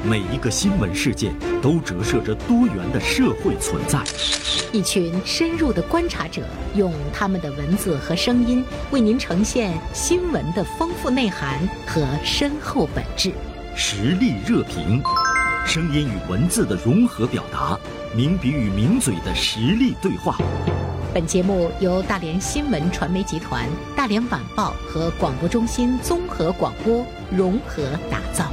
每一个新闻事件都折射着多元的社会存在。 一群深入的观察者，用他们的文字和声音，为您呈现新闻的丰富内涵和深厚本质。 实力热评，声音与文字的融合表达，名笔与名嘴的实力对话。 本节目由大连新闻传媒集团、大连晚报和广播中心综合广播融合打造。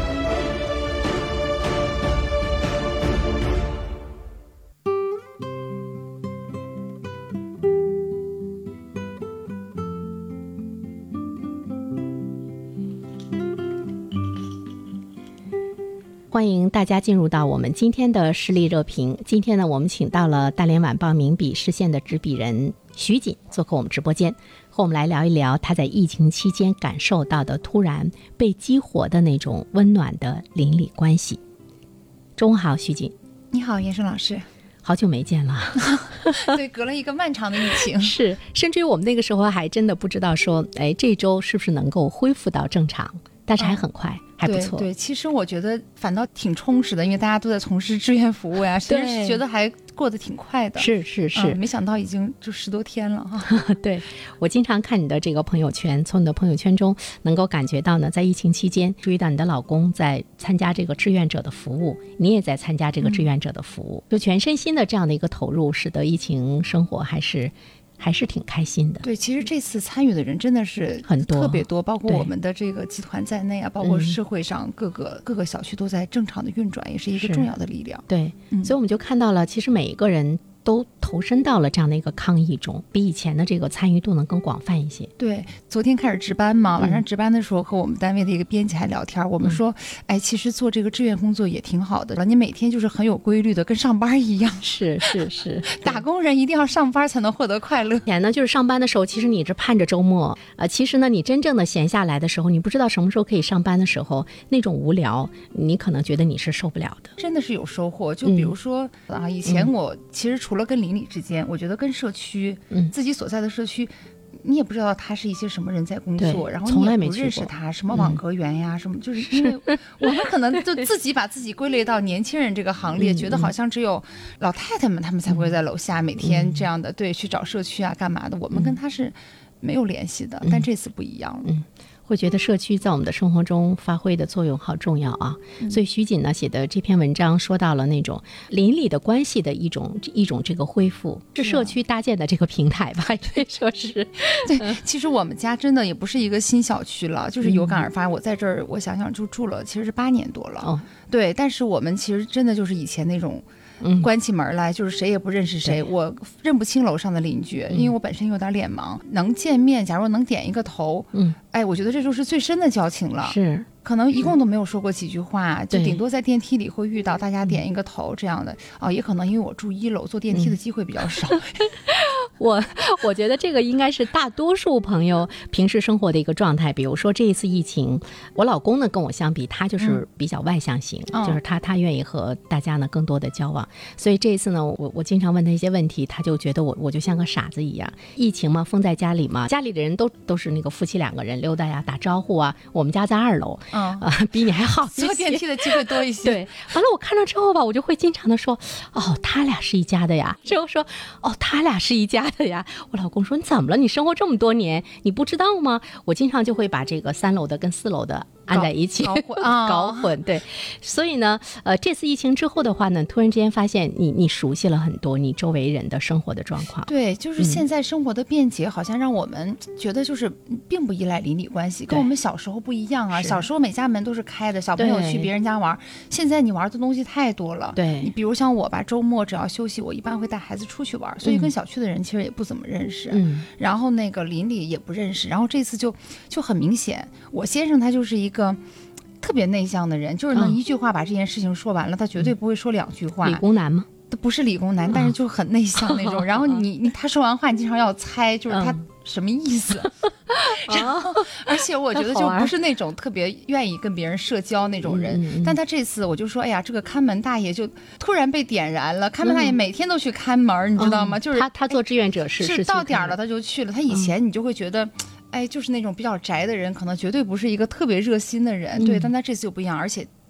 欢迎大家进入到我们今天的实力热评。今天呢，我们请到了大连晚报名笔视线的执笔人徐锦做客我们直播间，和我们来聊一聊他在疫情期间感受到的突然被激活的那种温暖的邻里关系。中午好，徐锦。 你好，严生老师。 好久没见了。 对，隔了一个漫长的疫情。 是，甚至于我们那个时候还真的不知道说，这周是不是能够恢复到正常，但是还很快。还不错。 对，其实我觉得反倒挺充实的，因为大家都在从事志愿服务呀，其实觉得还过得挺快的。 是、 没想到已经就10多天了哈。 对，我经常看你的这个朋友圈，从你的朋友圈中能够感觉到呢，在疫情期间注意到你的老公在参加这个志愿者的服务，你也在参加这个志愿者的服务，就全身心的这样的一个投入，使得疫情生活还是挺开心的。 对，其实这次参与的人真的是很多， 特别多，包括我们的这个集团在内啊，包括社会上各个小区都在正常的运转，也是一个重要的力量。 对，所以我们就看到了，其实每一个人都投身到了这样的一个抗疫中，比以前的这个参与度能更广泛一些。 对，昨天开始值班嘛，晚上值班的时候和我们单位的一个编辑还聊天，我们说，其实做这个志愿工作也挺好的了，你每天就是很有规律的，跟上班一样。 是， 打工人一定要上班才能获得快乐。 以前呢，就是上班的时候，其实你一直盼着周末，其实呢，你真正的闲下来的时候，你不知道什么时候可以上班的时候，那种无聊，你可能觉得你是受不了的。 真的是有收获，就比如说以前我其实除了跟邻里之间，我觉得跟社区，自己所在的社区，你也不知道他是一些什么人在工作，然后你也不认识他，什么网格员呀，什么，就是因为我们可能就自己把自己归类到年轻人这个行列，觉得好像只有老太太们他们才会在楼下每天这样的去找社区啊干嘛的，我们跟他是没有联系的，但这次不一样了。 会觉得社区在我们的生活中发挥的作用好重要啊。所以徐锦呢写的这篇文章说到了那种邻里的关系的一种这个恢复，是社区搭建的这个平台吧，可以说是。 对，其实我们家真的也不是一个新小区了，就是有感而发。我在这儿，我想想就住了，其实是8年多了。对，但是我们其实真的就是以前那种。关起门来就是谁也不认识谁，我认不清楼上的邻居，因为我本身有点脸盲，能见面，假如能点一个头，我觉得这就是最深的交情了。是，可能一共都没有说过几句话，就顶多在电梯里会遇到大家点一个头这样的。也可能因为我住1楼，坐电梯的机会比较少。 我觉得这个应该是大多数朋友平时生活的一个状态。比如说这一次疫情，我老公呢跟我相比，他就是比较外向型，就是他愿意和大家呢更多的交往，所以这一次呢，我经常问他一些问题，他就觉得我就像个傻子一样。疫情嘛，封在家里嘛，家里的人都是那个夫妻2个人溜达呀，打招呼啊。我们家在2楼，比你还好， 坐电梯的机会多一些。 对，完了我看到之后吧，我就会经常的说，他俩是一家的呀。之后说，他俩是一家的呀。我老公说，你怎么了？你生活这么多年，你不知道吗？我经常就会把这个3楼的跟4楼的按在一起，搞混。对，所以呢，这次疫情之后的话呢，突然之间发现你熟悉了很多你周围人的生活的状况。 对，就是现在生活的便捷，好像让我们觉得就是并不依赖邻里关系，跟我们小时候不一样啊。小时候每家门都是开的，小朋友去别人家玩，现在你玩的东西太多了。对，你比如像我吧，周末只要休息，我一般会带孩子出去玩，所以跟小区的人其实也不怎么认识。然后那个邻里也不认识，然后这次就很明显，我先生他就是一个特别内向的人，就是能一句话把这件事情说完了，他绝对不会说2句话。 理工男吗？ 不是理工男，但是就很内向那种。然后他说完话，你经常要猜，就是他什么意思。然后，而且我觉得就不是那种特别愿意跟别人社交那种人。但他这次我就说，这个看门大爷就突然被点燃了。看门大爷每天都去看门，你知道吗？就是他做志愿者是到点了他就去了。他以前你就会觉得。就是那种比较宅的人，可能绝对不是一个特别热心的人，对。但他这次就不一样，而且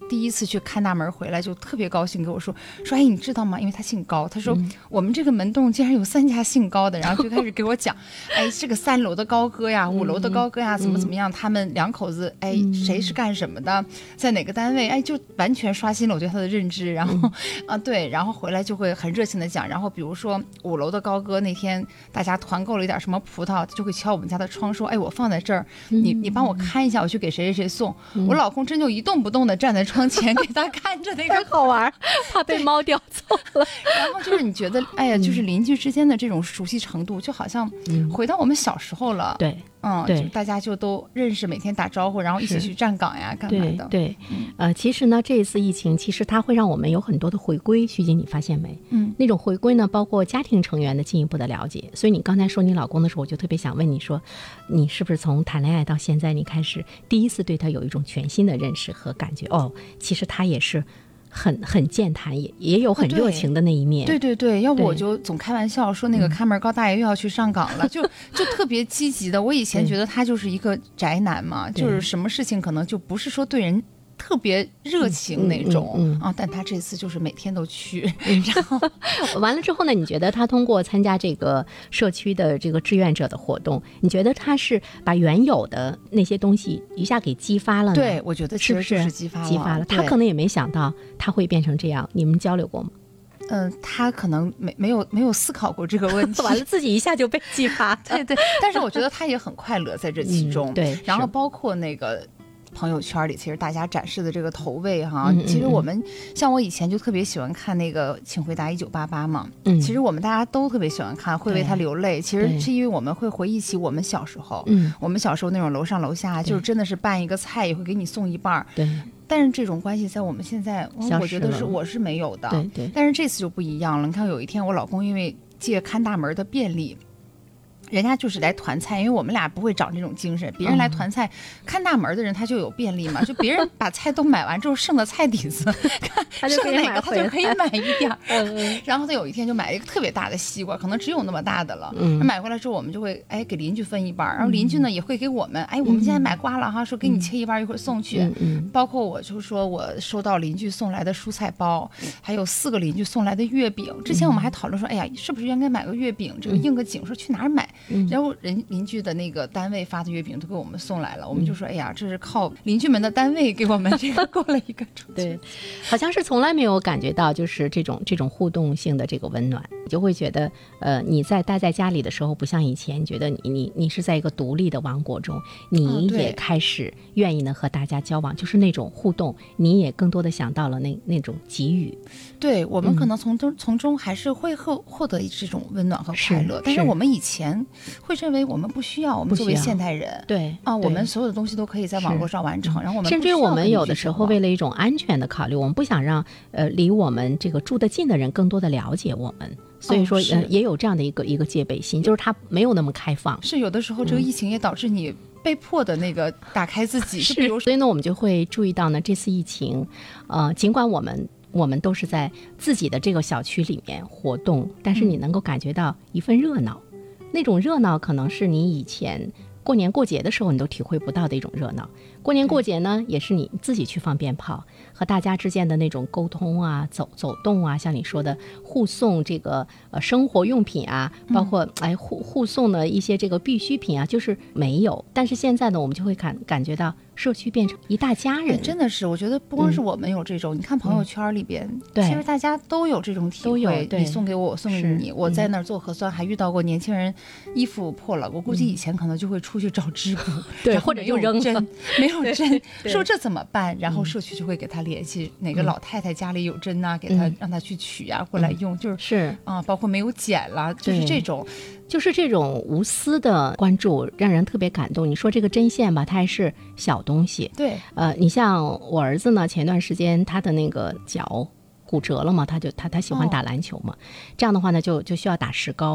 第一次去看大门回来就特别高兴，跟我说哎，你知道吗？因为他姓高，他说我们这个门洞竟然有3家姓高的，然后就开始给我讲，哎，这个3楼的高哥呀，5楼的高哥呀，怎么样，他们2口子，哎，谁是干什么的，在哪个单位，哎，就完全刷新了我对他的认知。然后对，然后回来就会很热情的讲，然后比如说5楼的高哥那天大家团购了一点什么葡萄，就会敲我们家的窗说，哎，我放在这儿，你帮我看一下，我去给谁谁谁送。我老公真就一动不动的站在窗前给他看着那个， 好玩，怕被猫叼走了。 然后就是你觉得，哎呀，就是邻居之间的这种熟悉程度，就好像回到我们小时候了。 对。 就大家就都认识，每天打招呼，然后一起去站岗呀，干嘛的？ 对，其实呢，这一次疫情，其实它会让我们有很多的回归。徐姐，你发现没？那种回归呢，包括家庭成员的进一步的了解。所以你刚才说你老公的时候，我就特别想问你说，你是不是从谈恋爱到现在，你开始第一次对他有一种全新的认识和感觉？哦，其实他也是。很健谈，也有很热情的那一面。 对，要不我就总开玩笑说那个看门高大爷又要去上岗了，就特别积极的。我以前觉得他就是一个宅男嘛，就是什么事情可能就不是说对人特别热情那种但他这次就是每天都去，然后完了之后呢，你觉得他通过参加这个社区的这个志愿者的活动，你觉得他是把原有的那些东西一下给激发了呢？ 对，我觉得其实就是激发了。 他可能也没想到他会变成这样，你们交流过吗？ 他可能没有思考过这个问题， 完了自己一下就被激发。 对，但是我觉得他也很快乐在这其中。对，然后包括那个朋友圈里，其实大家展示的这个投喂哈，其实我们像我以前就特别喜欢看那个请回答1988嘛，其实我们大家都特别喜欢看，会为他流泪，其实是因为我们会回忆起我们小时候，我们小时候那种楼上楼下就是真的是拌一个菜也会给你送一半， 对。 但是这种关系在我们现在，我觉得我是没有的， 对。 但是这次就不一样了。你看有一天我老公因为借看大门的便利，人家就是来团菜，因为我们俩不会长这种精神，别人来团菜看大门的人他就有便利嘛，就别人把菜都买完之后剩的菜底子看剩哪个他就可以买一点然后他有一天就买了一个特别大的西瓜，可能只有那么大的了，买回来之后我们就会给邻居分一半，然后邻居呢也会给我们我们现在买瓜了哈，说给你切一半一会儿送去，包括我就说我收到邻居送来的蔬菜包，还有4个邻居送来的月饼，之前我们还讨论说哎呀是不是应该买个月饼，这个应个景，说去哪儿买，然后邻居的那个单位发的月饼都给我们送来了，我们就说哎呀这是靠邻居们的单位给我们这个过了一个出去。 对，好像是从来没有感觉到就是这种互动性的这个温暖，你就会觉得你待在家里的时候不像以前，你觉得你是在一个独立的王国中，你也开始愿意呢和大家交往，就是那种互动，你也更多的想到了那种给予。 对，我们可能从中还是会获得这种温暖和快乐，但是我们以前会认为我们不需要，我们作为现代人， 对我们所有的东西都可以在网络上完成，然后我们甚至于我们有的时候为了一种安全的考虑，我们不想让离我们这个住得近的人更多的了解我们，所以说也有这样的一个戒备心，就是它没有那么开放。 是有的时候这个疫情也导致你被迫的那个打开自己， 是，所以呢我们就会注意到呢，这次疫情尽管我们都是在自己的这个小区里面活动，但是你能够感觉到一份热闹，那种热闹可能是你以前过年过节的时候你都体会不到的一种热闹。过年过节呢也是你自己去放鞭炮，和大家之间的那种沟通啊，走动啊，像你说的互送这个生活用品啊，包括互送的一些这个必需品啊，就是没有。但是现在呢我们就会感觉到社区变成一大家人， 真的是，我觉得不光是我们有这种，你看朋友圈里边，其实大家都有这种体会，你送给我，我送给你。我在那儿做核酸，还遇到过年轻人衣服破了，我估计以前可能就会出去找织布， 对，或者就扔针，没有针，说这怎么办？然后社区就会给他联系哪个老太太家里有针啊，给他让他去取啊，过来用，就是包括没有剪了，就是这种。 就是这种无私的关注让人特别感动。你说这个针线吧，它还是小东西， 对， 你像我儿子呢，前段时间他的那个脚骨折了嘛，他喜欢打篮球嘛，这样的话呢就需要打石膏。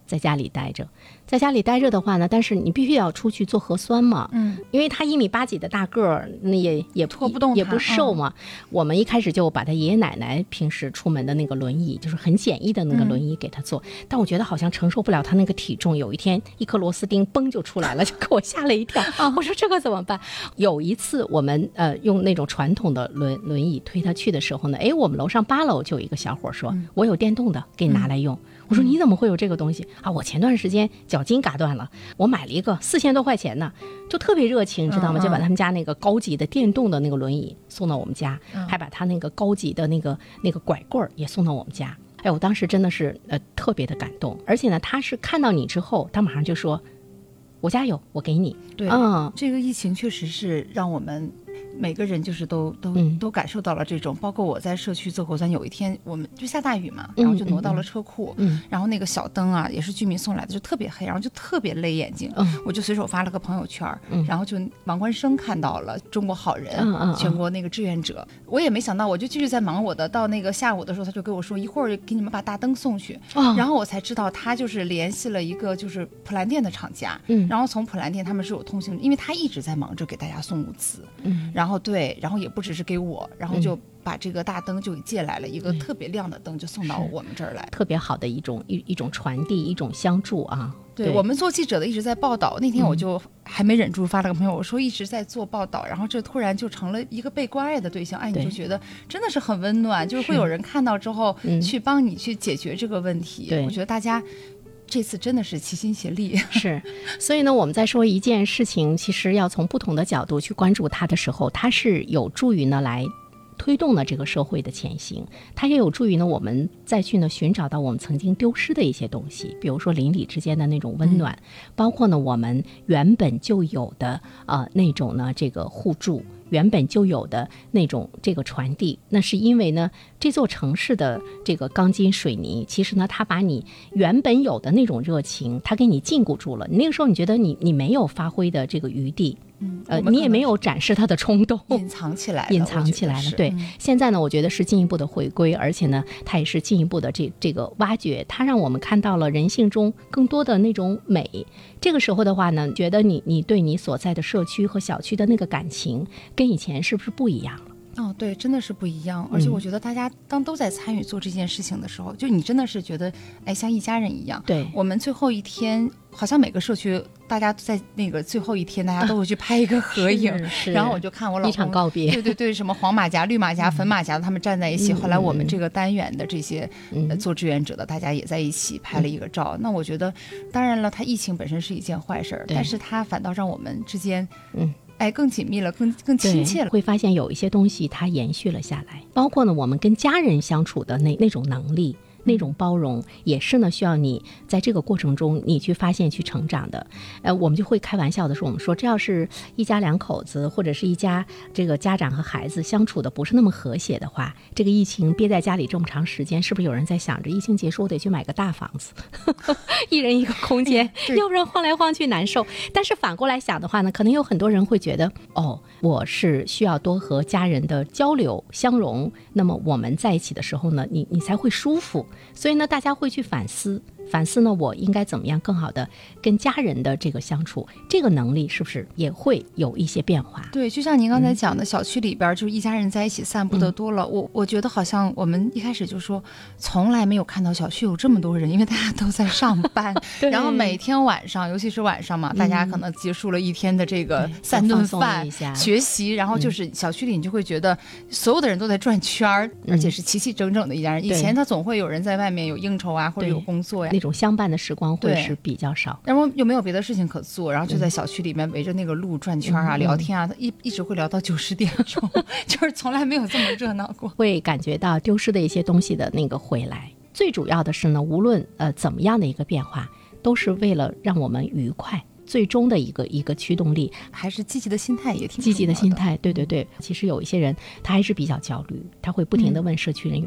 在家里待着，在家里待着的话呢，但是你必须要出去做核酸嘛，因为他1.8米几的大个儿，那也拖不动他， 也不瘦嘛。我们一开始就把他爷爷奶奶平时出门的那个轮椅，就是很简易的那个轮椅给他坐，但我觉得好像承受不了他那个体重，有一天一颗螺丝钉嘣就出来了，就给我吓了一跳。我说这个怎么办？有一次我们用那种传统的轮椅推他去的时候呢，我们楼上8楼就有一个小伙说，我有电动的，给你拿来用。我说你怎么会有这个东西啊？我前段时间脚筋嘎断了，我买了一个4000多块钱呢，就特别热情，知道吗？就把他们家那个高级的电动的那个轮椅送到我们家，还把他那个高级的那个拐棍也送到我们家。我当时真的是特别的感动，而且呢，他是看到你之后，他马上就说，我家有，我给你。 对，这个疫情确实是让我们每个人就是都感受到了这种，包括我在社区做核酸，有一天我们就下大雨嘛，然后就挪到了车库，然后那个小灯啊也是居民送来的，就特别黑，然后就特别勒眼睛，我就随手发了个朋友圈，然后就王冠生看到了，中国好人，全国那个志愿者，我也没想到，我就继续在忙我的，到那个下午的时候，他就跟我说一会儿给你们把大灯送去，然后我才知道他就是联系了一个就是普兰店的厂家，然后从普兰店他们是有通行，因为他一直在忙着给大家送物资，然后然后也不只是给我，然后就把这个大灯就给借来了，一个特别亮的灯就送到我们这儿来， 特别好的一种传递，一种相助啊。 对，我们做记者的一直在报道，那天我就还没忍住发了个朋友，我说一直在做报道，然后这突然就成了一个被关爱的对象，你就觉得真的是很温暖，就是会有人看到之后去帮你去解决这个问题。我觉得大家这次真的是齐心协力， 是，所以呢，我们在说一件事情，其实要从不同的角度去关注它的时候，它是有助于呢来推动了这个社会的前行，它也有助于呢我们再去呢寻找到我们曾经丢失的一些东西，比如说邻里之间的那种温暖，包括呢我们原本就有的那种呢这个互助，原本就有的那种这个传递，那是因为呢这座城市的这个钢筋水泥，其实呢它把你原本有的那种热情，它给你禁锢住了，你那个时候你觉得你没有发挥的这个余地，你也没有展示它的冲动， 隐藏起来了。 对，现在呢，我觉得是进一步的回归，而且呢，它也是进一步的这个挖掘，它让我们看到了人性中更多的那种美。这个时候的话呢，觉得你对你所在的社区和小区的那个感情，跟以前是不是不一样了？ 对，真的是不一样。而且我觉得大家当都在参与做这件事情的时候，就你真的是觉得像一家人一样。 对， 我们最后一天好像每个社区大家在那个最后一天大家都会去拍一个合影，然后我就看我老公一场告别， 对，什么黄马甲、绿马甲、粉马甲他们站在一起，后来我们这个单元的这些做志愿者的大家也在一起拍了一个照。那我觉得当然了，它疫情本身是一件坏事，但是它反倒让我们之间更紧密了，更亲切了。 会发现有一些东西它延续了下来，包括呢我们跟家人相处的那种能力，那种包容，也是呢需要你在这个过程中你去发现去成长的。我们就会开玩笑的说，我们说这要是一家两口子或者是一家这个家长和孩子相处的不是那么和谐的话，这个疫情憋在家里这么长时间，是不是有人在想着疫情结束我得去买个大房子一人一个空间，要不然晃来晃去难受。但是反过来想的话呢，可能有很多人会觉得我是需要多和家人的交流相融，那么我们在一起的时候呢，你才会舒服。所以呢，大家会去反思呢，我应该怎么样更好的跟家人的这个相处，这个能力是不是也会有一些变化？ 对，就像您刚才讲的，小区里边就是一家人在一起散步的多了，我觉得好像我们一开始就说从来没有看到小区有这么多人，因为大家都在上班然后每天晚上，尤其是晚上嘛，大家可能结束了一天的这个3顿饭学习，然后就是小区里你就会觉得所有的人都在转圈而且是齐齐整整的一家人。以前他总会有人在外面有应酬啊，或者有工作呀， 那种相伴的时光会是比较少， 然后又没有别的事情可做，然后就在小区里面围着那个路转圈啊，聊天啊，一直会聊到9、10点钟就是从来没有这么热闹过， 会感觉到丢失的一些东西的那个回来。最主要的是呢，无论怎么样的一个变化，都是为了让我们愉快，最终的一个驱动力还是积极的心态，也挺积极的心态。对，其实有一些人他还是比较焦虑，他会不停地问社区人员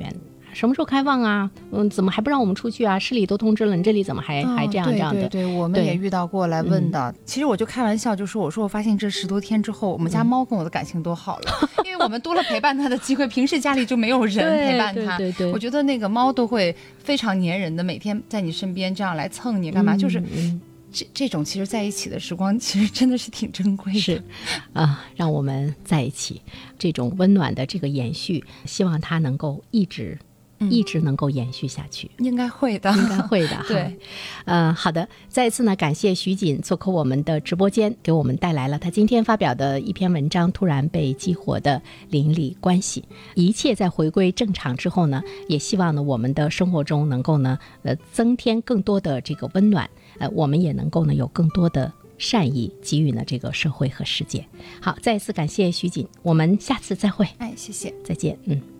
什么时候开放啊？怎么还不让我们出去啊？市里都通知了，你这里怎么还这样这样的？ 对，我们也遇到过来问的。其实我就开玩笑就说，我发现这10多天之后，我们家猫跟我的感情多好了，因为我们多了陪伴它的机会，平时家里就没有人陪伴它。 对， 我觉得那个猫都会非常粘人的，每天在你身边这样来蹭你干嘛，就是这种其实在一起的时光其实真的是挺珍贵的。 是让我们在一起，这种温暖的这个延续，希望它能够一直能够延续下去。 应该会的。 对，好的，再一次呢，感谢徐锦做客我们的直播间，给我们带来了他今天发表的一篇文章《突然被激活的邻里关系》。一切在回归正常之后呢，也希望呢我们的生活中能够呢增添更多的这个温暖，我们也能够呢有更多的善意给予呢这个社会和世界。好，再一次感谢徐锦，我们下次再会。 谢谢， 再见。